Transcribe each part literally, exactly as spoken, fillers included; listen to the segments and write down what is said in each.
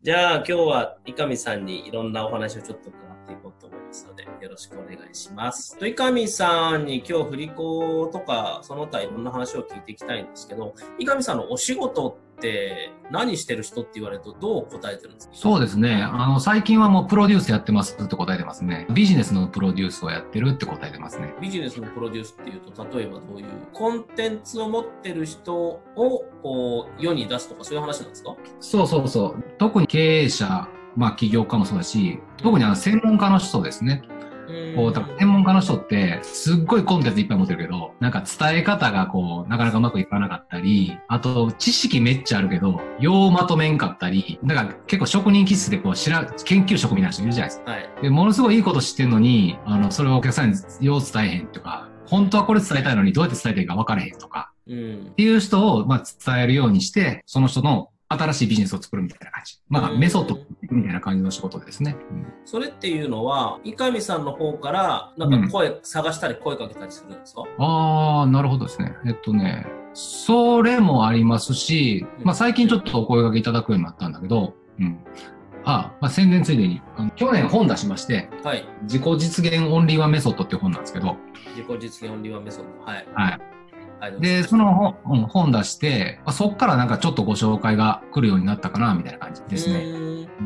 じゃあ今日は伊上さんにいろんなお話をちょっと伺っていこうと思いますので、よろしくお願いします。伊上さんに今日振り子とかその他いろんな話を聞いていきたいんですけど、伊上さんのお仕事って何してる人って言われるとどう答えてるんですか？ そうですね。あの、最近はもうプロデュースやってますって答えてますね。ビジネスのプロデュースをやってるって答えてますね。 ビジネスのプロデュースっていうと、例えばどういうコンテンツを持ってる人をこう世に出すとかそういう話なんですか？ そうそうそう。特に経営者、まあ起業家もそうだし、特にあの専門家の人ですね。こう、専門家の人って、すっごいコンテンツいっぱい持ってるけど、なんか伝え方がこう、なかなかうまくいかなかったり、あと、知識めっちゃあるけど、ようまとめんかったり、だから結構職人気質でこう、知ら、研究職みたいな人いるじゃないですか。 はい。 で、ものすごいいいこと知ってんのに、あの、それをお客さんによう伝えへんとか、本当はこれ伝えたいのにどうやって伝えていいか分からへんとか、 うん、 っていう人を、まあ、伝えるようにして、その人の新しいビジネスを作るみたいな感じ。まあ、メソッドみたいな感じの仕事ですね。うん、 それっていうのは、伊上さんの方から、なんか声、うん、探したり声かけたりするんですか？ ああ、なるほどですね。えっとね、それもありますし、まあ最近ちょっとお声掛けいただくようになったんだけど、うん。あ、まあ宣伝ついでに、あの去年本出しまして、はい。自己実現オンリーワンメソッドっていう本なんですけど、 自己実現オンリーワンメソッド。はい。 はい。で、その本、うん、本出して、まあ、そっからなんかちょっとご紹介が来るようになったかな、みたいな感じですね。うん、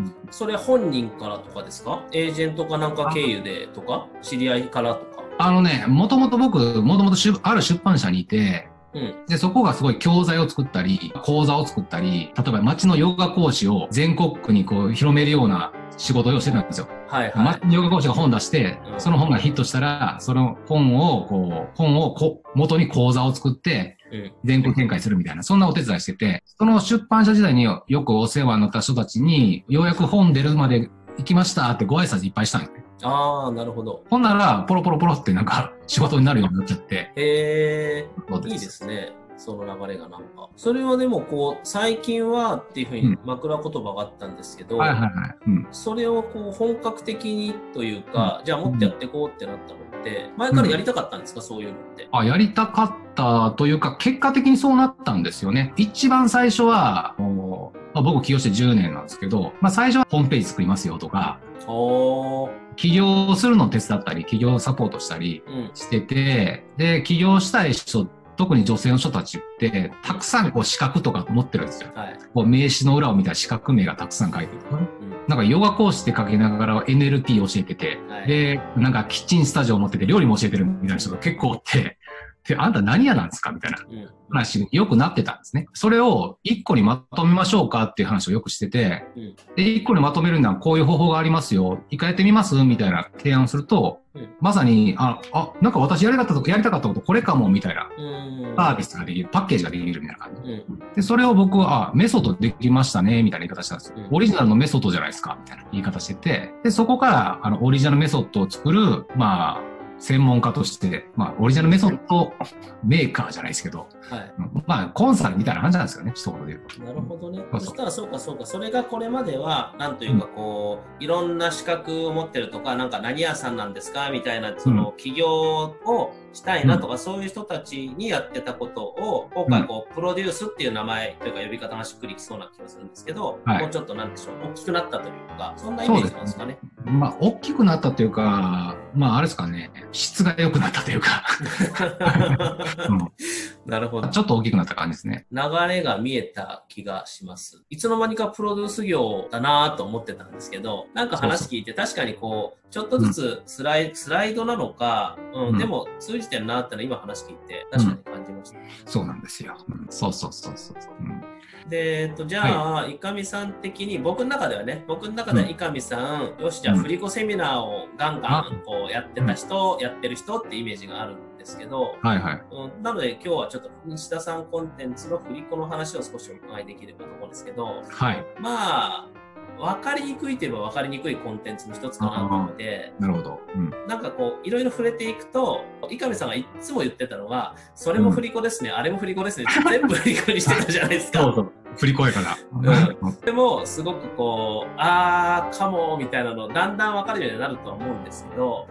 それ本人からとかですか？エージェントかなんか経由でとか知り合いからとか？ あのね、もともと僕、もともとある出版社にいて、うん、で、そこがすごい教材を作ったり、講座を作ったり、例えば街のヨガ講師を全国区にこう広めるような仕事をしてたんですよ。はいはい。街のヨガ講師が本出して、うん、その本がヒットしたら、その本をこう、本をこ元に講座を作って、全国展開するみたいな、そんなお手伝いしてて、その出版社時代によくお世話になった人たちに、ようやく本出るまで行きましたってご挨拶いっぱいしたんですね。 ああ、なるほど。 ほんなら、ポロポロポロってなんか仕事になるようになっちゃって。 へえ、いいですね。その流れがなんか。それはでもこう、最近はっていうふうに枕言葉があったんですけど、 はいはいはい。うん、 それをこう、本格的にというか、うん、じゃあもっとやっていこうってなったのって、前からやりたかったんですか、うん、そういうのって。 あ、やりたかったというか、結果的にそうなったんですよね。一番最初は、まあ、僕起業してじゅうねんなんですけど、まあ最初はホームページ作りますよとか、起業するのを手伝ったり、起業サポートしたりしてて、うん、で、起業したい人、特に女性の人たちって、たくさんこう資格とか持ってるんですよ。はい、こう名刺の裏を見たら資格名がたくさん書いてるとかね。うん、なんかヨガ講師って書きながら エヌエルピー 教えてて、はい、で、なんかキッチンスタジオ持ってて料理も教えてるみたいな人が結構おって、で、あんた何屋なんですかみたいな話によくなってたんですね。それを一個にまとめましょうかっていう話をよくしてて、で、一個にまとめるにはこういう方法がありますよ。一回やってみますみたいな提案をすると、まさに、あ、あ、なんか私やりたかったこと、やりたかったことこれかもみたいなサービスができる、パッケージができるみたいな感じ。で、それを僕は、あ、メソッドできましたねみたいな言い方したんですよ。オリジナルのメソッドじゃないですかみたいな言い方してて、で、そこから、あの、オリジナルメソッドを作る、まあ、専門家として、まあ、オリジナルメソッドメーカーじゃないですけど、はい、まあ、コンサルみたいな感じなんですよね、一言で言うと。 なるほどね。そしたら、そうか、そうか、それがこれまでは、なんというか、こう、うん、いろんな資格を持ってるとか、なんか何屋さんなんですかみたいな、その、起業をしたいなとか、うん、そういう人たちにやってたことを、今回、こう、プロデュースっていう名前というか、呼び方がしっくりきそうな気がするんですけど、はい、もうちょっと、なんでしょう、大きくなったというか、そんなイメージなんですかね。 まあ、大きくなったというか、まあ、あれですかね、質が良くなったというか、うん、なるほど。ちょっと大きくなった感じですね。 流れが見えた気がします。いつの間にかプロデュース業だなと思ってたんですけど、なんか話聞いて確かにこう、ちょっとずつスライ、うん、スライドなのか、うん、うん、でも通じてるなってのは今話聞いて確かに感じました。うん、 そうなんですよ。うん、そうそうそうそう。うんで、えっと、じゃあ、はい、伊上さん的に、僕の中ではね、僕の中では伊上さん、うん、よし、じゃあ、振り子セミナーをガンガン、こう、やってた人、うん、やってる人ってイメージがあるんですけど、 はいはい。 うん、なので、今日はちょっと、西田さんコンテンツの振り子の話を少しお伺いできればと思うんですけど、 はい。 まあ、分かりにくいといえば分かりにくいコンテンツの一つかなと思って、 なるほど。うん、 なんかこう、いろいろ触れていくと、伊上さんがいつも言ってたのが、それも振り子ですね、うん、あれも振り子ですね、全部振り子にしてたじゃないですか。 そうそう。振り子やから。 うん、でも、すごくこう、あー、かも、みたいなの、だんだん分かるようになるとは思うんですけど、うん、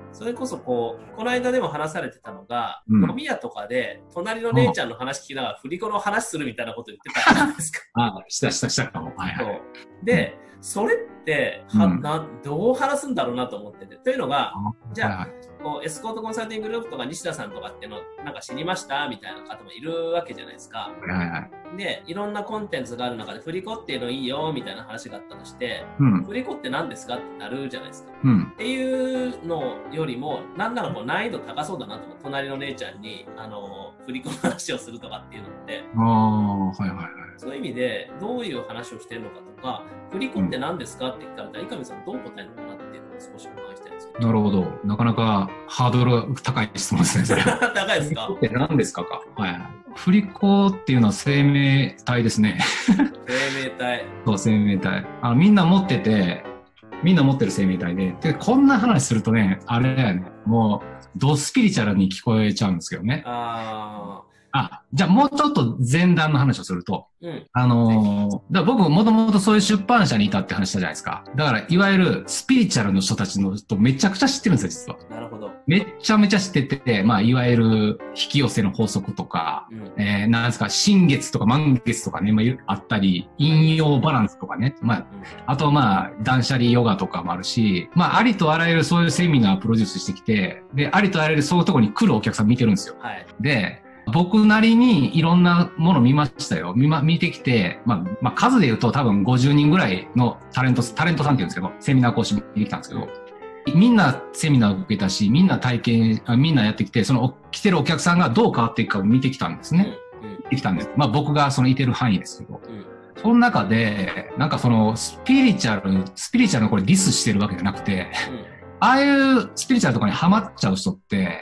それこそこう、この間でも話されてたのが、 うん、 飲み屋とかで、隣の姉ちゃんの話聞きながら、振り子の話するみたいなこと言ってたじゃないですか。 ああ、したしたしたかも。はいはい。 で、それって、は、うん、な、どう話すんだろうなと思ってて。というのが、じゃあ、はいはい、こうエスコートコンサルティンググループとか西田さんとかっていうのなんか知りましたみたいな方もいるわけじゃないですか。 はいはい、 で、いろんなコンテンツがある中で振り子っていうのいいよみたいな話があったとして、うん、振り子って何ですかってなるじゃないですか。うん、っていうのよりも、なんならこう難易度高そうだなと思う。隣の姉ちゃんにあの振り子の話をするとかっていうのって。 ああ、はいはいはい。 そういう意味でどういう話をしてるのかとか、振り子って何ですかって聞かれたら、井上さんどう答えるのかなっていうのを少しお伺いしたいんですけど。 なるほど。なかなかハードル高い質問ですね、それ。 高いですか？ 振り子って何ですかか。はい。振り子っていうのは生命体ですね。 生命体。 そう、生命体。あの、みんな持ってて、みんな持ってる生命体で、で、こんな話するとね、あれだよね、もう、ドスピリチュアルに聞こえちゃうんですけどね。ああ。あ、じゃあもうちょっと前段の話をすると、うん、あのー、だ僕もともとそういう出版社にいたって話したじゃないですか。だから、いわゆるスピリチュアルの人たちの人めちゃくちゃ知ってるんですよ、実は。 なるほど。 めっちゃめちゃ知ってて、まあ、いわゆる引き寄せの法則とか、うん、えー、なんですか、新月とか満月とかね、まあ、あったり、陰陽バランスとかね、まあ、あとまあ、断捨離ヨガとかもあるし、まあ、ありとあらゆるそういうセミナーをプロデュースしてきて、で、ありとあらゆるそういうところに来るお客さん見てるんですよ。はい、で、僕なりにいろんなもの見ましたよ。見ま、見てきて、まあ、まあ、数で言うと多分ごじゅうにんぐらいのタレント、タレントさんって言うんですけど、セミナー講師見てきたんですけど、みんなセミナーを受けたし、みんな体験、みんなやってきて、その来てるお客さんがどう変わっていくかを見てきたんですね。うんうん、見てきたんです。まあ僕がそのいてる範囲ですけど。うん、その中で、なんかそのスピリチュアル、スピリチュアルのこれディスしてるわけじゃなくて、うんああいうスピリチュアルとかにハマっちゃう人って、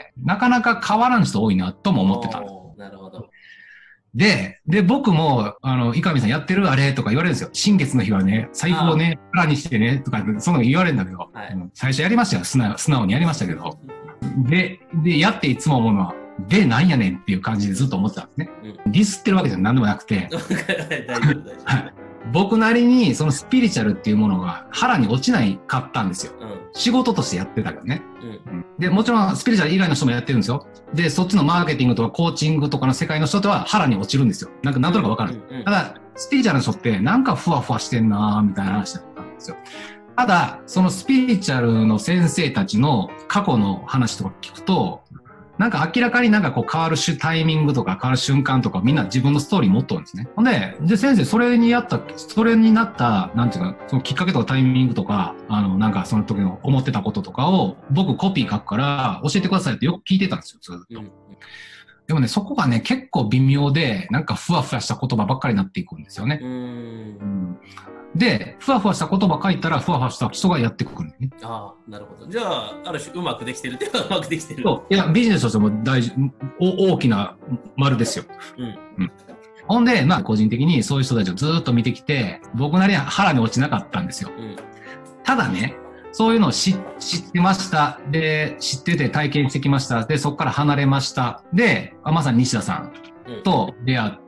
なかなか変わらん人多いなとも思ってたんです。 なるほど。 で、で、僕も、あの、井上さんやってるあれとか言われるんですよ。新月の日はね、財布をね、空にしてね、とか、その言われるんだけど、はい、最初やりましたよ。素直素直にやりましたけど。で、で、やっていつも思うのは、で、なんやねんっていう感じでずっと思ってたんですね。うん、ディスってるわけじゃ何でもなくて。大丈夫、大丈夫。僕なりにそのスピリチュアルっていうものが腹に落ちないかったんですよ。うん、仕事としてやってたけどね、うん。で、もちろんスピリチュアル以外の人もやってるんですよ。で、そっちのマーケティングとかコーチングとかの世界の人とは腹に落ちるんですよ。なんかなんとなくわかる、うんうんうん。ただ、スピリチュアルの人ってなんかふわふわしてんなーみたいな話だったんですよ。ただ、そのスピリチュアルの先生たちの過去の話とか聞くと、なんか明らかになんかこう変わるタイミングとか変わる瞬間とかみんな自分のストーリー持っとるんですね。ほんで、で先生それにやった、それになった、なんていうか、そのきっかけとかタイミングとか、あの、なんかその時の思ってたこととかを僕コピー書くから教えてくださいってよく聞いてたんですよ、ずっと。うん、でもね、そこがね、結構微妙で、なんかふわふわした言葉ばっかりになっていくんですよね。うんうんで、ふわふわした言葉書いたら、ふわふわした人がやってくるね。 ああ、なるほど。じゃあ、ある種、うまくできてるっていうのはうまくできてる。 そう。いや、ビジネスとしても大事、お大きな丸ですよ。うん。うん。ほんで、まあ、個人的にそういう人たちをずっと見てきて、僕なりに腹に落ちなかったんですよ。うん、ただね、そういうのを知、知ってました。で、知ってて体験してきました。で、そこから離れました。で、まさに西田さん。と出会って、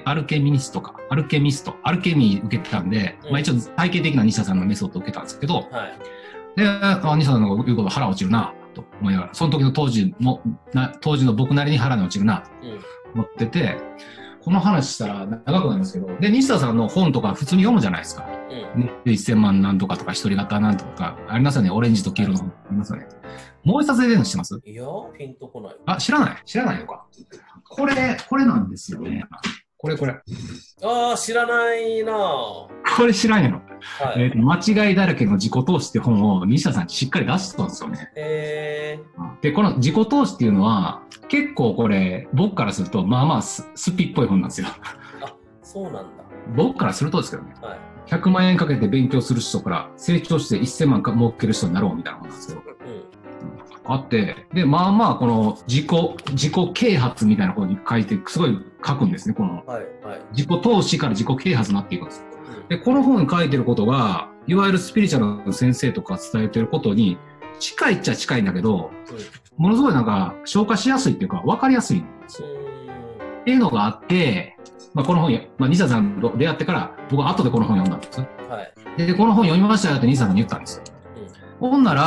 アルケミニストか、アルケミスト、アルケミー受けてたんで、うん、まあ一応体系的な西田さんのメソッドを受けたんですけど、はい、で、あ、西田さんの言うこと腹落ちるな、と思いながら、その時の当時も、な当時の僕なりに腹に落ちるな、と思ってて、うん、この話したら長くなりますけど、で、西田さんの本とか普通に読むじゃないですか。うん、せんまんなんとかとか一人型なんとかありますよね。オレンジと黄色のありますよね。もう一冊出てるの知ってます？ いや、ピンとこない。 あ、知らない知らないのか。これ、これなんですよね。これこれ。 ああ、知らないなぁ。 これ知らんやろ。はい、えー、間違いだらけの自己投資って本を西田さんしっかり出してたんですよね。へー。で、この自己投資っていうのは、結構これ、僕からすると、まあまあス、スピっぽい本なんですよ。 あ、そうなんだ。 僕からするとですけどね。はい。ひゃくまんえんかけて勉強する人から成長してせんまんか儲ける人になろうみたいなものなんですけど。うん、あって、で、まあまあ、この自己、自己啓発みたいなことに書いて、すごい書くんですね、この。はいはい、自己投資から自己啓発になっていくんです。うん、で、この本に書いてることが、いわゆるスピリチュアルの先生とか伝えてることに近いっちゃ近いんだけど、うん、ものすごいなんか消化しやすいっていうか分かりやすいんですよ。っていうのがあって、まあ、この本、まあ、西田さんと出会ってから僕は後でこの本読んだんです。はい、で、この本読みましたよって西田さんに言ったんですよ。うん、ほんなら、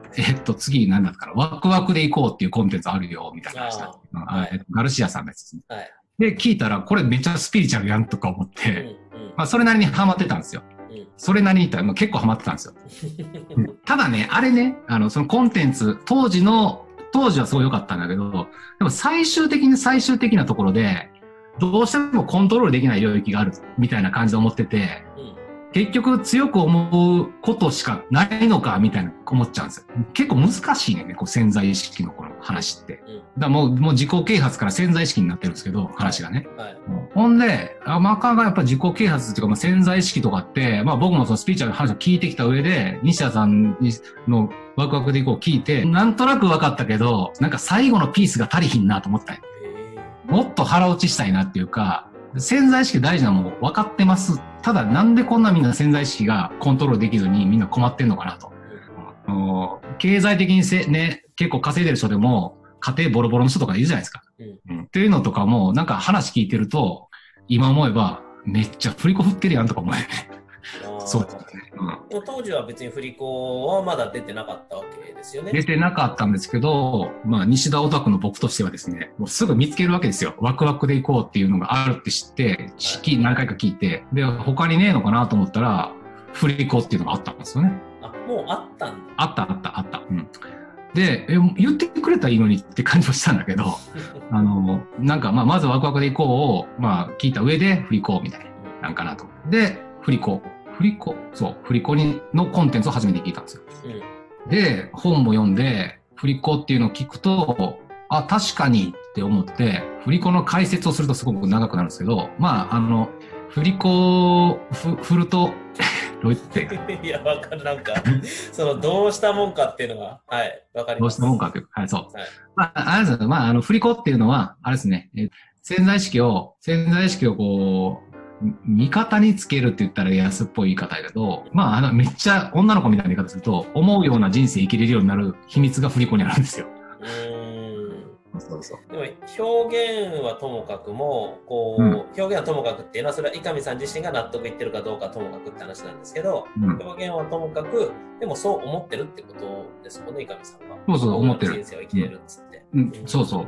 えっと、次何だったかな、ワクワクで行こうっていうコンテンツあるよ、みたいな話だ。 はい、 ガルシアさんのやつですね。 はい、 で、聞いたら、これめっちゃスピリチュアルやんとか思って、うんうん、まあ、それなりにハマってたんですよ。うん、それなりに言ったら、まあ、結構ハマってたんですよ。ただね、あれね、あの、そのコンテンツ、当時の、当時はすごい良かったんだけど、でも最終的に最終的なところで、どうしてもコントロールできない領域があるみたいな感じで思ってて、うん、結局強く思うことしかないのかみたいな思っちゃうんですよ。結構難しいね、こう潜在意識のこの話って。うん、だからもう、もう自己啓発から潜在意識になってるんですけど、話がね。はいはい、ほんで、あまかがやっぱ自己啓発っていうか、まあ、潜在意識とかって、まあ僕もそのスピーチャーの話を聞いてきた上で、西田さんのワクワクでいこう聞いて、なんとなく分かったけど、なんか最後のピースが足りひんなと思ったよ。もっと腹落ちしたいなっていうか、潜在意識大事なもん分かってます。ただなんでこんなみんな潜在意識がコントロールできずにみんな困ってんのかなと。うん、経済的にせ、ね、結構稼いでる人でも家庭ボロボロの人とかいるじゃないですか。うんうん、っていうのとかもなんか話聞いてると今思えばめっちゃ振り子振ってるやんとか思えね。そうですね、 うん。当時は別に振り子はまだ出てなかったわけですよね。 出てなかったんですけど、まあ西田オタクの僕としてはですね、もうすぐ見つけるわけですよ。ワクワクで行こうっていうのがあるって知って、はい、何回か聞いて、で、他にねえのかなと思ったら、振り子っていうのがあったんですよね。 あ、もうあったんだ。 あったあったあった。うん。で、え、言ってくれたらいいのにって感じはしたんだけど、あの、なんかまあまずワクワクで行こうを、まあ聞いた上で振り子みたいな、なんかなと。で、振り子。振り子そう、振り子にのコンテンツを初めて聞いたんですよ。うん、で、本も読んで、振り子っていうのを聞くと、あ、確かにって思って、振り子の解説をするとすごく長くなるんですけど、まあ、あの、振り子を振ると、どう言っていや、わかる。なんか、その、どうしたもんかっていうのが、はい、わかります。 どうしたもんかっていうはい、そう。はい、まあ、あれですよ、まあ、あの、振り子っていうのは、あれですね、え潜在意識を、潜在意識をこう、味方につけるって言ったら安っぽい言い方だけど、まあ、あの、めっちゃ女の子みたいな言い方すると、思うような人生生きれるようになる秘密が振り子にあるんですよ。うーん。そうそう。でも、表現はともかくも、こう、うん、表現はともかくっていうのは、それは伊上さん自身が納得いってるかどうかともかくって話なんですけど、うん、表現はともかく、でもそう思ってるってことですもんね、伊上さんが。 そうそう、思ってる。 人生を生きれるっつって。 うん、そうそう。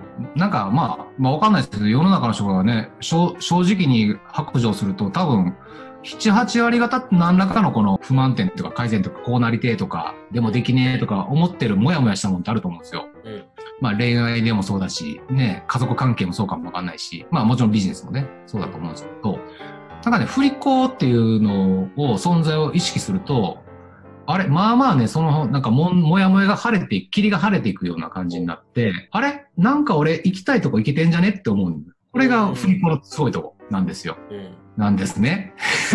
なんか、まあ、まあ、わかんないですけど、世の中の人がね、正直に白状すると、多分、なな、はち割方何らかのこの不満点とか改善とか、こうなりてえとか、でもできねえとか思ってるもやもやしたもんってあると思うんですよ。うん、まあ、恋愛でもそうだし、ね、家族関係もそうかもわかんないし、まあ、もちろんビジネスもね、そうだと思うんですけど、なんかね、振り子っていうのを、存在を意識すると、あれまあまあね、その、なんかも、もやもやが晴れて、霧が晴れていくような感じになって、あれなんか俺行きたいとこ行けてんじゃねって思うんだ。これが振り子のすごいとこなんですよ。うん、なんですね。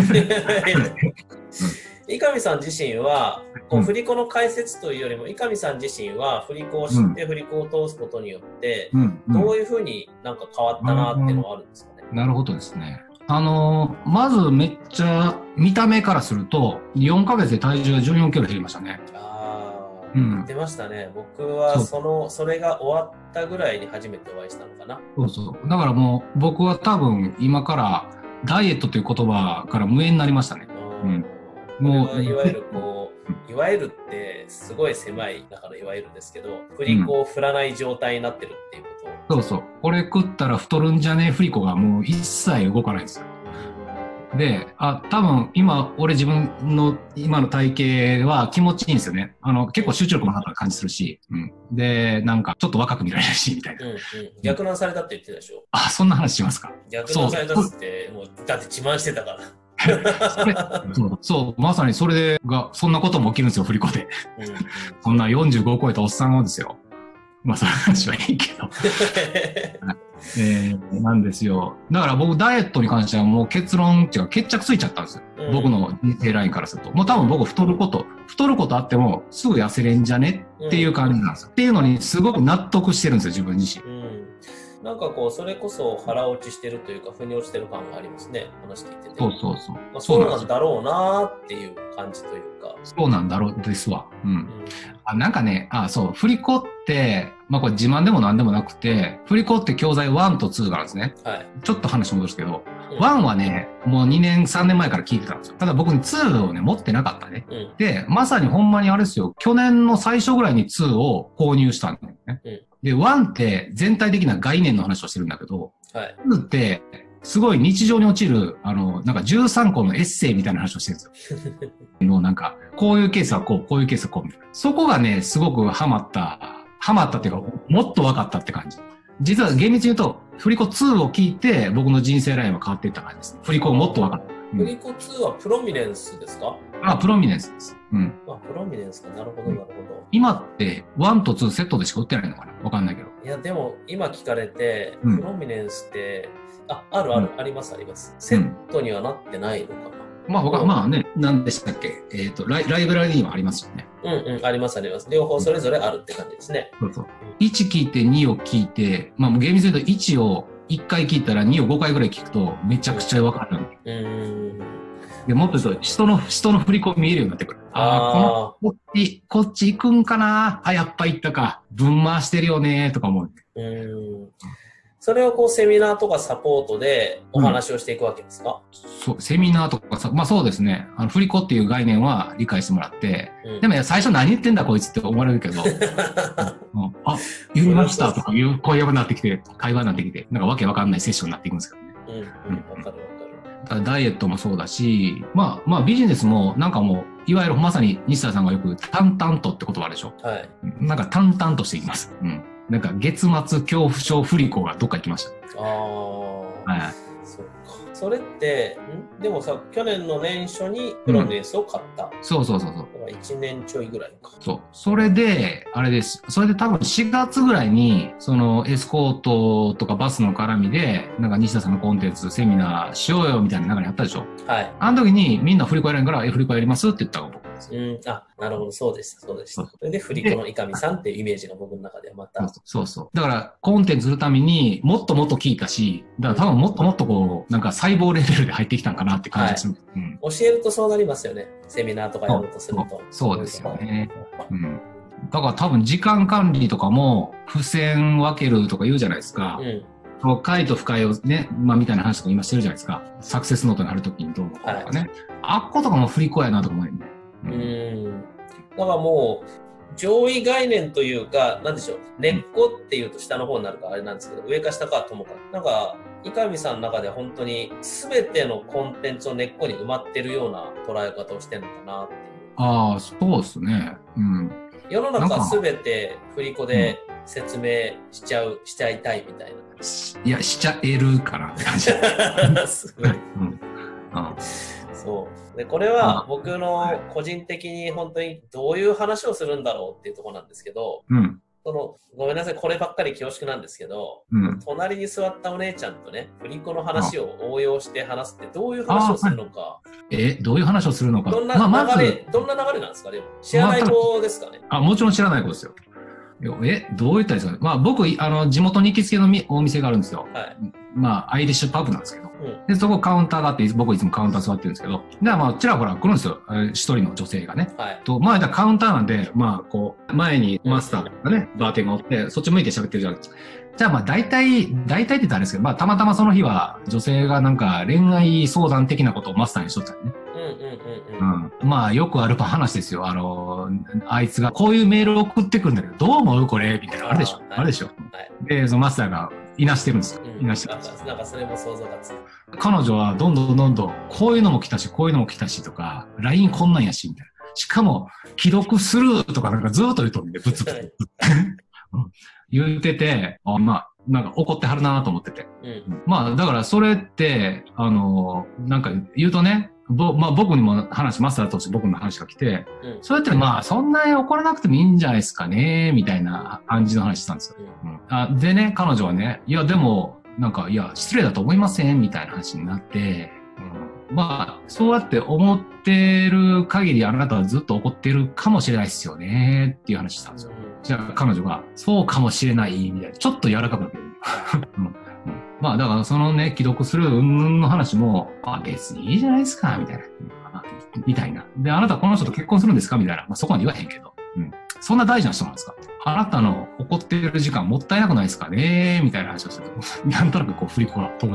伊上さん自身は、こう振り子の解説というよりも、伊上さん自身は振り子を知って振り子を通すことによって、どういうふうになんか変わったなっていうのはあるんですかね。 うん、なるほどですね。あのー、まずめっちゃ見た目からすると、よんかげつで体重がじゅうよんキロ減りましたね。 ああ、うん、出ましたね。僕はその、それが終わったぐらいに初めてお会いしたのかな。 そうそう。だからもう僕は多分今からダイエットという言葉から無縁になりましたね。うん。 もういわゆるこう、いわゆるってすごい狭い中のいわゆるですけど、振り子を振らない状態になってるっていうこと、 うん、そうそう。これ食ったら太るんじゃねえ振り子がもう一切動かないんですよ。で、あ、多分今俺自分の今の体型は気持ちいいんですよね。あの結構集中力もあった感じするし、うん、でなんかちょっと若く見られるしみたいな。うんうん、 逆難されたって言ってたでしょ。 あ、そんな話しますか。 逆難されたっつってもうだって自慢してたから。 それそうそうまさにそれがそんなことも起きるんですよ振り子で、うんうん、そんなよんじゅうごを超えたおっさんはですよ。まあその話はいいけど、えー、なんですよ。だから僕ダイエットに関してはもう結論っていうか決着ついちゃったんですよ、うん、僕の人生ラインからするともう多分僕太ること太ることあってもすぐ痩せれんじゃねっていう感じなんですよ、うん、っていうのにすごく納得してるんですよ自分自身、うん、 なんかこうそれこそ腹落ちしてるというか腑に落ちてる感がありますね話聞いてて。 そうそうそう、まあ、そうなんだろうなっていう感じというか。 そうなんだろうですわ。うん。うん、あなんかね、あそう振り子って、まあこれ自慢でもなんでもなくて、振り子って教材いちとにがあるんですね。はい。ちょっと話戻すけど、 うん、ワンはね、もうにねん、さんねんまえから聞いてたんですよ。ただ僕にツーをね、持ってなかったね。うん、で、まさにほんまにあれですよ、去年の最初ぐらいにツーを購入したんだよね。うん、で、ワンって全体的な概念の話をしてるんだけど、はい、ツーって、すごい日常に落ちる、あの、なんかじゅうさんこのエッセイみたいな話をしてるんですよ。のなんか、こういうケースはこう、こういうケースはこうみたいな。そこがね、すごくハマった、ハマったっていうか、もっと分かったって感じ。実は厳密に言うと、振り子ツーを聞いて、僕の人生ラインは変わっていった感じです。振り子もっと分かった。 振り子ツーはプロミネンスですか？ あ、プロミネンスです。うん。 あ、プロミネンスか。なるほど、なるほど。 今って、ワンとツーセットでしか売ってないのかな？わかんないけど。 いや、でも、今聞かれて、プロミネンスって、うん、あ、あるある、うん、あります、あります。セットにはなってないのかな？ うん、まあ、他、まあね、何でしたっけ？えっと、ライ、ライブラリにもありますよね。 うんうん、あります、あります。両方それぞれあるって感じですね。 そうそう。いち聞いてにを聞いて、まあ、厳密に言うといちをいっかい聞いたらにをごかいぐらい聞くと、めちゃくちゃわかる。うん。うんでもっと言うと、人の、人の振り込み見えるようになってくる。ああ、この、こっち、こっち行くんかな？あ、やっぱ行ったか。分回してるよね、とか思う。 うん。それをこう、セミナーとかサポートでお話をしていくわけですか？ うん、そう、セミナーとかさ、まあそうですね。あの、振り子っていう概念は理解してもらって、うん、でも最初何言ってんだこいつって思われるけど、うん、あ、言いましたとかいう声になってきて、会話になってきて、なんかわけわかんないセッションになっていくんですけどね。 うん、うん、わかる。 ダイエットもそうだし、まあまあビジネスもなんかもう、いわゆるまさに西田さんがよく淡々とって言葉でしょ。はい。なんか淡々としていきます。うん。なんか月末恐怖症振り子がどっか行きました。ああ。はい。 そっか。それって、んでもさ、去年の年初にプロミネンスを買った。うん、 そうそうそうそう。 だからいちねんちょいぐらいか。 そう。それで、あれです。それで多分しがつぐらいに、そのエスコートとかバスの絡みで、なんか西田さんのコンテンツ、セミナーしようよみたいな流れあったでしょ。はい。あの時にみんな振り子やらんから、え、振り子やりますって言ったのが僕です。 うん。あ、なるほど。そうでした。そうでした。それで振り子の伊上さんっていうイメージが僕の中ではまた。 そうそう。だから、コンテンツするためにもっともっと聞いたし、だから多分もっともっとこう、なんか細胞レベルで入ってきたんかなって感じがする。はい、 うん、教えるとそうなりますよね。セミナーとかやろうとすると。 そう、そうですよね。うん。だから多分時間管理とかも、付箋分けるとか言うじゃないですか。うん。回と不快をね、まあみたいな話とか今してるじゃないですか。サクセスノートに貼るときにどうのかとかね。はい、あっことかも振り子やなとか思うよね。 うん。うんだからもう、上位概念というか、なんでしょう、根っこっていうと下の方になるからあれなんですけど、上か下かはともかく。なんか、伊上さんの中では本当に全てのコンテンツの根っこに埋まってるような捉え方をしてるのかなっていう。 ああ、そうですね。うん。 世の中は全て振り子で説明しちゃう、しちゃいたいみたいな。 いや、しちゃえるかなって感じ。 すごい。うんそう。で、これは僕の個人的に本当にどういう話をするんだろうっていうところなんですけど、うん、そのごめんなさい、こればっかり恐縮なんですけど、うん、隣に座ったお姉ちゃんとね、振り子の話を応用して話すってどういう話をするのか。はい、え、どういう話をするのか。 どんな流れ、まあま、どんな流れなんですかね。知らない子ですかね。 まあ、あ、もちろん知らない子ですよ。え、どういったんですかね。まあ僕、あの、地元に行きつけのお店があるんですよ。はい。まあ、アイリッシュパブなんですけど。うん、で、そこカウンターがあって、僕いつもカウンター座ってるんですけど。で、まあ、ちらほら来るんですよ。一人の女性がね。はい。と、まあ、カウンターなんで、まあ、こう、前にマスターがね、うん、バーテンがおって、そっち向いて喋ってるじゃないですか。じゃあまあ大体、大体って言ったらあれですけど、まあたまたまその日は女性がなんか恋愛相談的なことをマスターにしとったりね。うんうんうんうん。うん、まあよくある話ですよ。あの、あいつがこういうメールを送ってくるんだけど、どう思うこれみたいなのあるでしょ。あ,、はい、あるでしょ。はい、で、そのマスターがいなしてるんですよ。いなしてるんですよ。 なんかそれも想像がつく。 彼女はどんどんどんどんこういうのも来たし、こういうのも来たしとか、ライン こんなんやし、みたいな。しかも、既読するとかなんかずっと言うとんで、ブツブツ。言ってて、あまあ、なんか怒ってはるなと思ってて。うん、まあ、だからそれって、あの、なんか言うとね、ぼまあ僕にも話、マスターとして僕の話が来て、うん、それってまあそんなに怒らなくてもいいんじゃないですかね、みたいな感じの話したんですよ。うんうん、あでね、彼女はね、いやでも、なんか、いや、失礼だと思いませんみたいな話になって、うん、まあ、そうやって思ってる限りあなたはずっと怒ってるかもしれないですよね、っていう話したんですよ。じゃあ彼女が、そうかもしれない、みたいな。ちょっと柔らかくなってる。うんうん、まあだからそのね、既読する云々の話も、あ、別にいいじゃないですか、みたいな。みたいな。で、あなたこの人と結婚するんですかみたいな。まあそこは言わへんけど。うん。そんな大事な人なんですかあなたの怒ってる時間もったいなくないですかねみたいな話をすると、なんとなくこう振り子が通ってくる。 通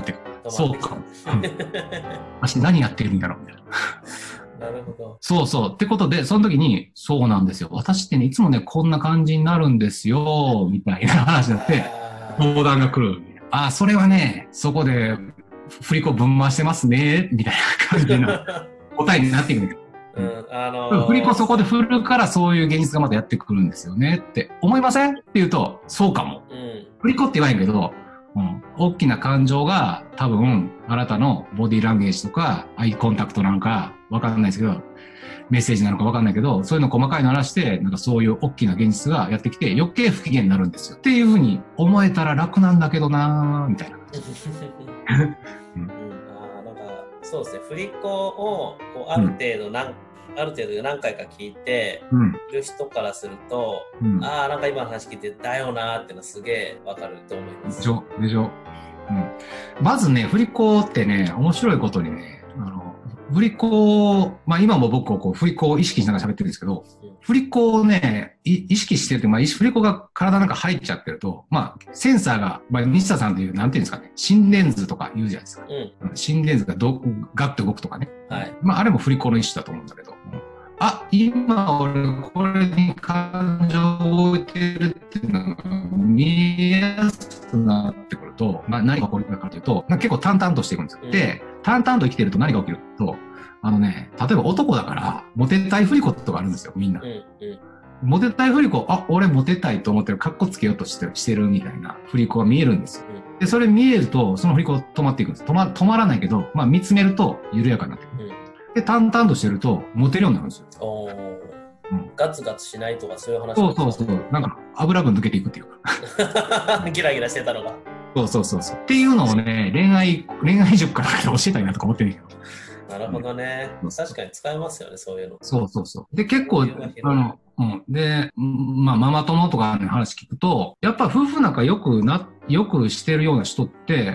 そうか。私何やってるんだろうみたいな。 なるほど。 そうそう。ってことで、その時に、そうなんですよ。私ってね、いつもね、こんな感じになるんですよ、みたいな話になって、相談が来る。ああ、それはね、そこで、振り子ぶん回してますね、みたいな感じの答えになってくる。 うん、あのー、 振り子そこで振るからそういう現実がまたやってくるんですよねって思いませんって言うと、そうかも。うん、振り子って言わへんけど、うん、大きな感情が多分あなたのボディーランゲージとかアイコンタクトなんかわかんないですけど、メッセージなのかわかんないけど、そういうの細かいの話して、なんかそういう大きな現実がやってきて余計不機嫌になるんですよ。っていうふうに思えたら楽なんだけどなーみたいな。 うん、あなんかそうですね、振り子をこうある程度何、うん、ある程度何回か聞いてる人からすると、うん、ああなんか今の話聞いてだよなーってのはすげえわかると思います。 でしょでしょ、うん、まずね、振り子ってね、面白いことにね、あの振り子、まあ今も僕はこう振り子を意識しながら喋ってるんですけど、うん、振り子をね、意識してるって、まあ振り子が体の中入っちゃってると、まあセンサーが、まあ西田さんという、なんていうんですかね、心電図とか言うじゃないですか。うん、心電図がどガッと動くとかね。はい。まああれも振り子の一種だと思うんだけど、あ、今俺これに感情を置いてるっていうのが見えやすくなってくると、まあ、何が起こるかというと、結構淡々としていくんですよ。うん、で、淡々と生きてると何が起きると、あのね、例えば男だからモテたい振り子とかあるんですよ、みんな。うんうん、モテたい振り子、あ、俺モテたいと思ってる、カッコつけようとしてしてるみたいな振り子が見えるんですよ。うん、で、それ見えると、その振り子止まっていくんです。止ま、止まらないけど、まあ見つめると緩やかになってくる。うん、で、淡々としてるとモテるようになるんですよ。 おうん、ガツガツしないとかそういう話。 そうそうそう。なんか油分抜けていくっていうか。ギラギラしてたのが。 そうそうそうそう。っていうのをね、恋愛、恋愛塾から教えたいなとか思ってるけど。 なるほどね。うん、確かに使えますよね、そういうの。 そうそうそう。で、結構、あの、うん。で、まあ、ママ友とかの話聞くと、やっぱ夫婦仲良くな、よくしてるような人って、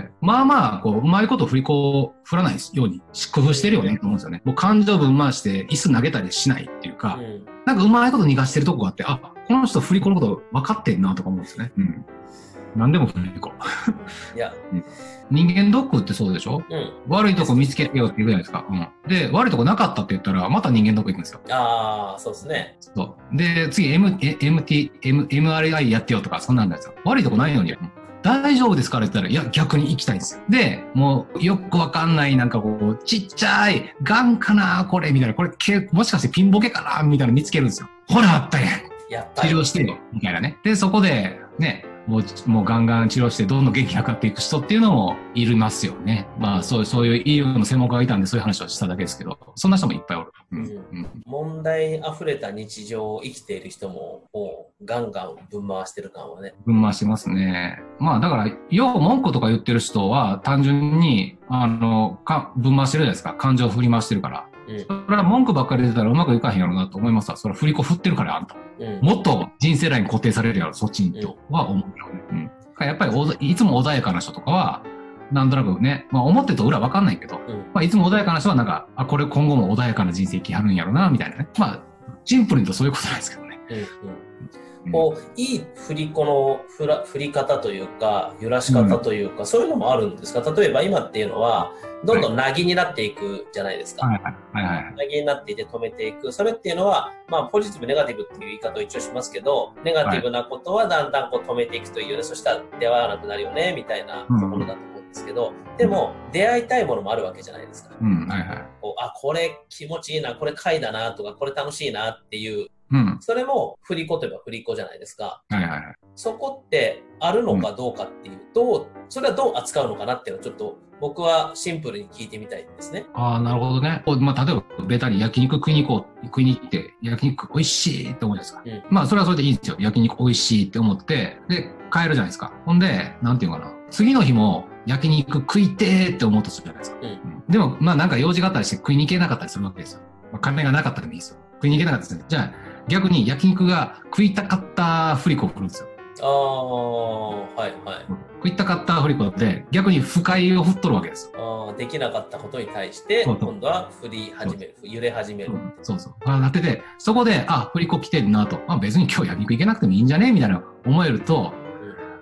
まあまあ、こう、うまいこと振り子を振らないように工夫してるよね、と思うんですよね。もう感情分回して椅子投げたりしないっていうか、うん、なんかうまいこと逃がしてるとこがあって、あ、この人振り子のこと分かってんなとか思うんですよね。うん。何でも振り子。いや、うん、人間ドックってそうでしょ、うん、悪いとこ見つけてよって言うじゃないですか。うん。で、悪いとこなかったって言ったら、また人間ドック行くんですよ。 ああ、そうですね。 そう。で、次、M、エムティー、M、エムアールアイ やってよとか、そんなんですよ。悪いとこないのに、うん、大丈夫ですから言ったら、いや、逆に行きたいんですよ。で、もう、よくわかんない、なんかこう、ちっちゃい、ガンかなこれ、みたいな。これ、もしかしてピンボケかなみたいなの見つけるんですよ。ほら、あったやん。やった。治療してよ。みたいなね。で、そこで、ね、もう、もうガンガン治療してどんどん元気なくなっていく人っていうのもいますよね。まあ、そう、そういう医療の専門家がいたんでそういう話をしただけですけど、そんな人もいっぱいおる。うんうん、 問題溢れた日常を生きている人も、もうガンガンぶん回してる感はね。 ぶん回してますね。まあ、だから、よう文句とか言ってる人は単純に、あの、か、ぶん回してるじゃないですか。感情を振り回してるから。うん、それは文句ばっかり出てたらうまくいかへんやろなと思いますわ。それは振り子振ってるからあんた。うん、もっと人生ライン固定されるやろ、そっちにとは思うよね。うんうん、やっぱりいつも穏やかな人とかは、なんとなくね、まあ思ってと裏わかんないけど、うん、まあいつも穏やかな人はなんか、あ、これ今後も穏やかな人生生きはるんやろな、みたいなね。まあ、シンプルに言うとそういうことなんですけどね。うんうんこういい振り子の振ら振り方というか揺らし方というか、うん、そういうのもあるんですか？例えば今っていうのはどんどんなぎになっていくじゃないですか。はいはいはいはい、なぎになっていて止めていく。それっていうのは、まあポジティブネガティブっていう言い方を一応しますけど、ネガティブなことはだんだんこう止めていくというね、はい、そしたら出会わなくなるよねみたいなところだと思うんですけど、うん、でも出会いたいものもあるわけじゃないですか。うんはいはい、こうあこれ気持ちいいな、これ快だなとか、これ楽しいなっていう。うん、それも振り子といえば振り子じゃないですか。はいはいはい、そこってあるのかどうかっていうと、うん、それはどう扱うのかなっていうのをちょっと僕はシンプルに聞いてみたいんですね。 ああ、なるほどね。まあ、例えばベタに焼肉食いに行こう、食いに行って焼肉美味しいって思うじゃないですか。うん、まあそれはそれでいいんですよ。焼肉美味しいって思って、で、帰るじゃないですか。ほんで、なんていうかな。次の日も焼肉食いてーって思うとするじゃないですか。うんうん、でも、まあなんか用事があったりして食いに行けなかったりするわけですよ。まあ、金がなかったでもいいですよ。食いに行けなかったですね。じゃあ、逆に焼肉が食いたかった振り子を振るんですよ。 ああ、はいはい。 食いたかった振り子って逆に不快を振っとるわけですよ。ああ、できなかったことに対して今度は振り始める、揺れ始める。 そうそう。あなってて、そこで、あ、振り子来てるなと。あ、別に今日焼肉行けなくてもいいんじゃねみたいな思えると、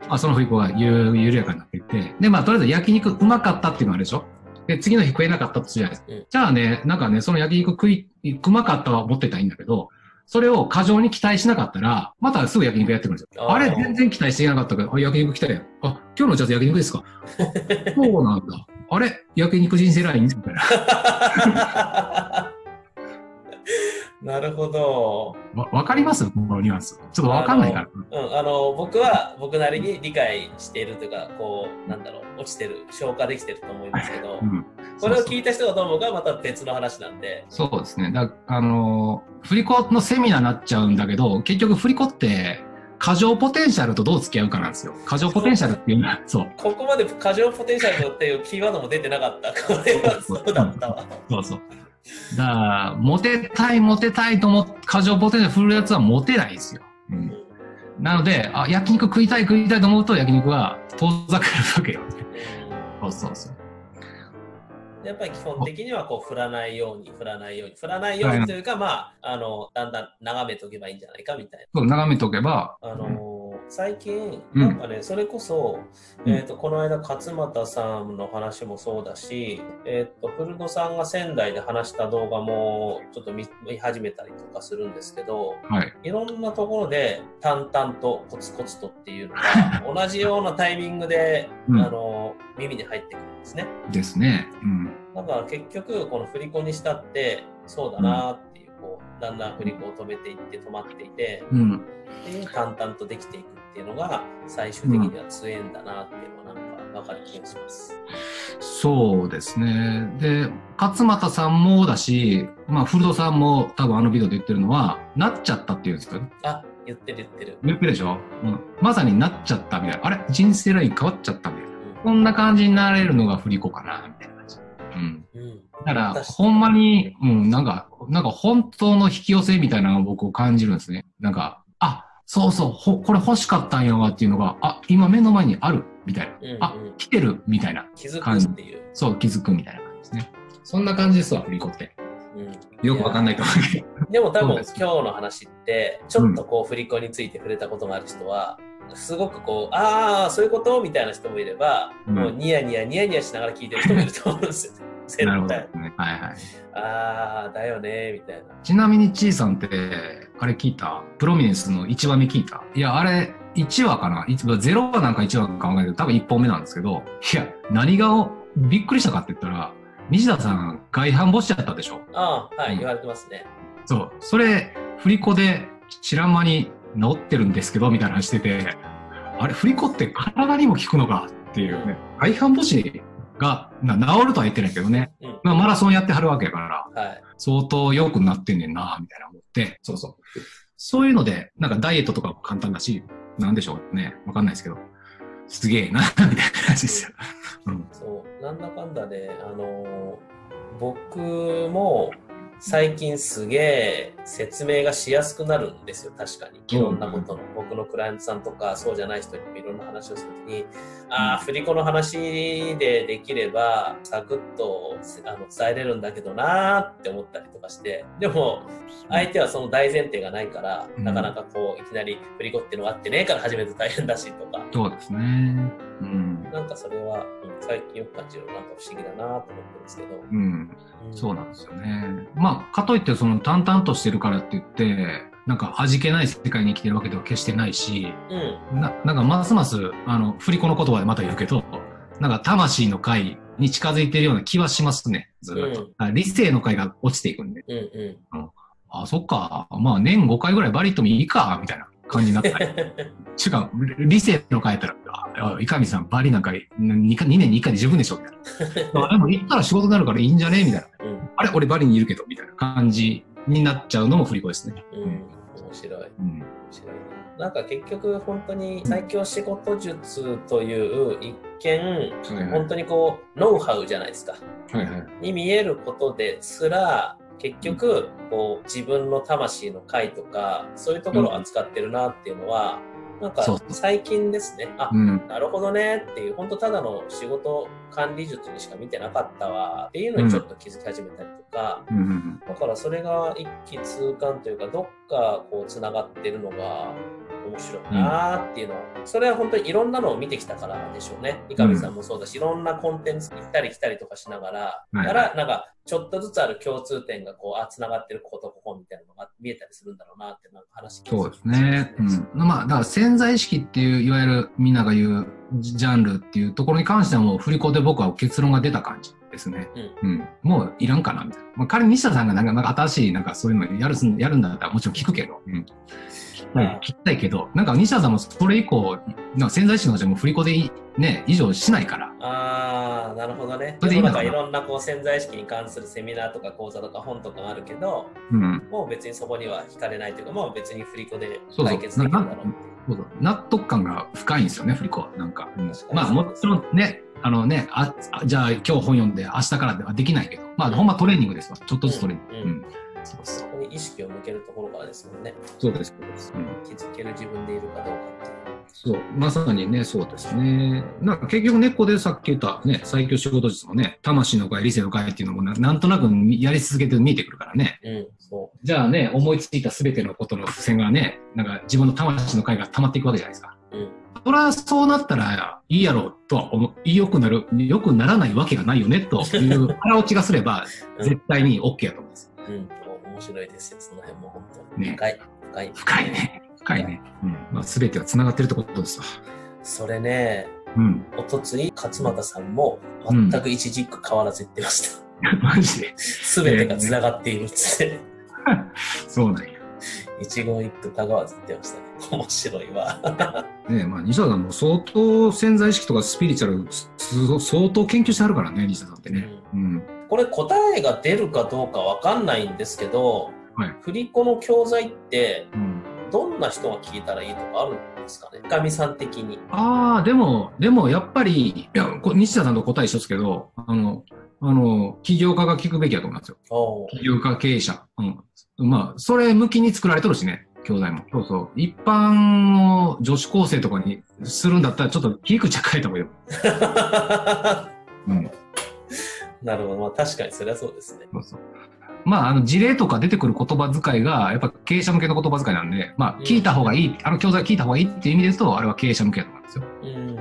あ、その振り子がゆ緩やかになっていって、で、まあ、とりあえず焼肉うまかったっていうのがあるでしょ。で、次の日食えなかったとするじゃないですか。うん、じゃあね、なんかね、その焼肉食い、うまかったは持ってたらいいんだけど、それを過剰に期待しなかったら、またすぐ焼肉やってくるんですよ。あ, あれ、全然期待していなかったから、焼肉来たやん。あ、今日のお茶焼肉ですかそうなんだ。あれ焼肉人生ラインみたいな。 なるほど。 わ、わかりますこのニュアンス。ちょっとわかんないから。 うん、あの、僕は僕なりに理解しているというか、こう、なんだろう、落ちてる、消化できてると思いますけど、うん、これを聞いた人がどう思うかはまた別の話なんで。 そうですね。だあの、振り子のセミナーになっちゃうんだけど、結局振り子って、過剰ポテンシャルとどう付き合うかなんですよ。過剰ポテンシャルっていうのは、そう。 ここまで過剰ポテンシャルっていうキーワードも出てなかった。これはそうだったわ。 そうそう。だから、モテたい、モテたいと思って、過剰ポテンシャル振るやつはモテないんですよ。うん。なので、あ、焼肉食いたい、食いたいと思うと焼肉は遠ざかるわけよ。そうそうそう。 やっぱり基本的にはこう振らないように、振らないように、振らないようにというか、はい、まあ、あの、だんだん眺めておけばいいんじゃないかみたいな。 そう、眺めておけば。 あのー、うん、最近、なんかね、うん、それこそ、えっと、この間、勝俣さんの話もそうだし、えっと、古野さんが仙台で話した動画もちょっと見始めたりとかするんですけど、はい、いろんなところで淡々とコツコツとっていうのが、同じようなタイミングで、うん、あのー、耳に入ってくるんですね。 ですね。うん。 だから結局、この振り子にしたって、そうだなっていう、こう、だんだん振り子を止めていって、止まっていて、うん、で、淡々とできていくっていうのが、最終的には強いんだなっていうのは、なんかわかる気がします。 そうですね。で、勝俣さんもだし、まあ、古戸さんも多分あのビデオで言ってるのは、なっちゃったっていうんですよ。 あ、言ってる言ってる。 言ってるでしょ、うん、まさになっちゃったみたいな。あれ人生ライン変わっちゃったみたいな。こんな感じになれるのが振り子かな、みたいな感じ。うん。うん、だから、ほんまに、うん、なんか、なんか本当の引き寄せみたいなのを僕を感じるんですね。なんか、あ、そうそう、ほ、これ欲しかったんやわっていうのが、あ、今目の前にある、みたいな。うんうん、あ、来てる、みたいな感じ。 気づくっていう。 そう、気づくみたいな感じですね。そんな感じですわ、振り子って。うん、よくわかんないと思うけど。 でも多分今日の話って、ちょっとこう振り子について触れたことがある人は、うん、すごくこう、ああ、そういうことみたいな人もいれば、うん、もうニヤニヤニヤニヤしながら聞いてる人もいると思うんですよ。絶対。なるほどね。はいはい。ああ、だよね、みたいな。 ちなみにちいさんって、あれ聞いた？プロミネンスのいちわめ聞いた？いや、あれ、いちわかな？ゼロわなんかいちわか考えると多分いっぽんめなんですけど、いや、何がびっくりしたかって言ったら、西田さん、外反母趾だったでしょ？ ああ、はい、うん、言われてますね。 そう。それ、振り子で知らん間に治ってるんですけど、みたいな話してて、あれ、振り子って体にも効くのかっていうね。外反母趾が治るとは言ってないけどね。うん、まあ、マラソンやってはるわけやから、はい、相当良くなってんねんな、みたいな思って。そうそう。そういうので、なんかダイエットとかも簡単だし、なんでしょうね。わかんないですけど。すげえな、みたいな感じですよ。 うん、そう。なんだかんだで、あのー、僕も、最近すげえ説明がしやすくなるんですよ、確かに。いろんなことの、うん、僕のクライアントさんとか、そうじゃない人にもいろんな話をするときに、うん、ああ、振り子の話でできれば、サクッとあの伝えれるんだけどなーって思ったりとかして、でも、相手はその大前提がないから、うん、なかなかこう、いきなり振り子っていうのがあってねえから始めて大変だしとか。 そうですね。うん。 なんかそれは、うん、最近よく感じるなんか不思議だなと思ってるんですけど。 うん。そうなんですよね。まあ、かといってその淡々としてるからって言って、なんか味気ない世界に生きてるわけでは決してないし、うん、な, なんかますます、あの、振り子の言葉でまた言うけど、なんか魂の界に近づいているような気はしますね、ずっと。うん、理性の界が落ちていくんで。うんうんうん、あ、そっか、まあ年ごかいぐらいバリ行ってもいいか、みたいな感じになったり。違う、理性の界やったら、いかみさん、バリなんか 2, かにねんにいっかいで十分でしょみたいな。でも行ったら仕事になるからいいんじゃねみたいな。うん、あれ俺バリにいるけどみたいな感じになっちゃうのも振り子ですね。 うん、面白い。うん、面白いな。なんか結局本当に最強仕事術という一見、はいはい、本当にこうノウハウじゃないですか。はいはい、に見えることですら、結局こう自分の魂の回とかそういうところを扱ってるなっていうのは、うん、なんか最近ですね、あ、うん、なるほどねっていう、本当ただの仕事管理術にしか見てなかったわっていうのにちょっと気づき始めたりとか、うん、だからそれが一気通貫というか、どっかこうつながってるのが面白いなーっていうのは、うん、それは本当にいろんなのを見てきたからでしょうね。三上さんもそうだし、うん、いろんなコンテンツ行ったり来たりとかしながら、はい、やらなんかちょっとずつある共通点がこう、あ、繋がってるこことここみたいなのが見えたりするんだろうなってなんか話聞いて、 そうですね。うん。まあ、だから潜在意識っていう、いわゆるみんなが言うジャンルっていうところに関してはもう振り子で僕は結論が出た感じですね。うん。うん、もういらんかなみたいな。まあ、仮に西田さんがなんか、なんか新しいなんかそういうのやる、やるんだったらもちろん聞くけど。うん。聞きたいけど、なんか西田さんもそれ以降、なんか潜在意識の話も振り子でね、以上しないから。 ああ、なるほどね。でもなんかいろんなこう潜在意識に関するセミナーとか講座とか本とかあるけど、うん、もう別にそこには惹かれないというか、もう別に振り子で解決できるだろうっていう。 そうそう、納得感が深いんですよね、振り子は。なんか。うん、まあもちろんね、あのね、あ、じゃあ今日本読んで明日からではできないけど、まあ、うん、ほんまトレーニングですわ。ちょっとずつトレーニング。うんうん、 そうそこに意識を向けるところからですもんね。 そうです、そうです。 うん、気づける自分でいるかどうかっていう。 そう、まさにね、そうですね。なんか結局根っこでさっき言ったね、最強仕事術もね、魂の会、理性の会っていうのも な, なんとなくやり続けて見えてくるからね。うん、そう。じゃあね、思いついたすべてのことの付箋がね、なんか自分の魂の会が溜まっていくわけじゃないですか。うん。それはそうなったらいいやろうとは思いよくなる、よくならないわけがないよねという腹落ちがすれば、絶対に OK だと思います。 うん、面白いですよ、その辺も本当に。ね、深い、深い。 深いね。深いね。うん。まあ、すべては繋がってるってことですわ。 それね、うん。おとつい、勝俣さんも全く一軸変わらず言ってました。 うん、マジで。 すべてが繋がっているっつって。 そうなんや。 一言一句たがわず言ってましたね。面白いわ。 ねえ、まあ、西田さんも相当潜在意識とかスピリチュアル、相当研究してあるからね、西田さんってね。うん。うん、 これ答えが出るかどうかわかんないんですけど、はい、振り子の教材って、うん、どんな人が聞いたらいいとかあるんですかね、深見さん的に。 ああ、でも、でもやっぱり、いや、西田さんと答え一緒ですけど、あの、あの、起業家が聞くべきだと思いますよ。起業家経営者。うん。まあ、それ向きに作られてるしね、教材も。そうそう。一般の女子高生とかにするんだったら、ちょっと切り口は変えた方がいいよ。 うん。なるほど。まあ確かにそれはそうですね。そうそう。 まあ、あの、事例とか出てくる言葉遣いが、やっぱ経営者向けの言葉遣いなんで、まあ、聞いた方がいい、うん、あの教材聞いた方がいいっていう意味ですと、あれは経営者向けだと思うんですよ。うん。 うん、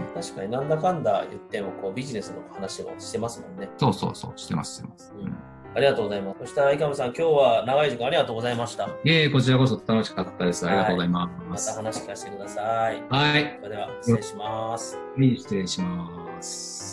確かになんだかんだ言っても、こう、ビジネスの話もしてますもんね。 そうそうそう、してます、してます。うん。 ありがとうございます。そしたら、井上さん、今日は長い時間ありがとうございました。いえいえ、こちらこそ楽しかったです。ありがとうございます。 また話聞かせてください。 はい。 それでは、失礼します。 はい、失礼します。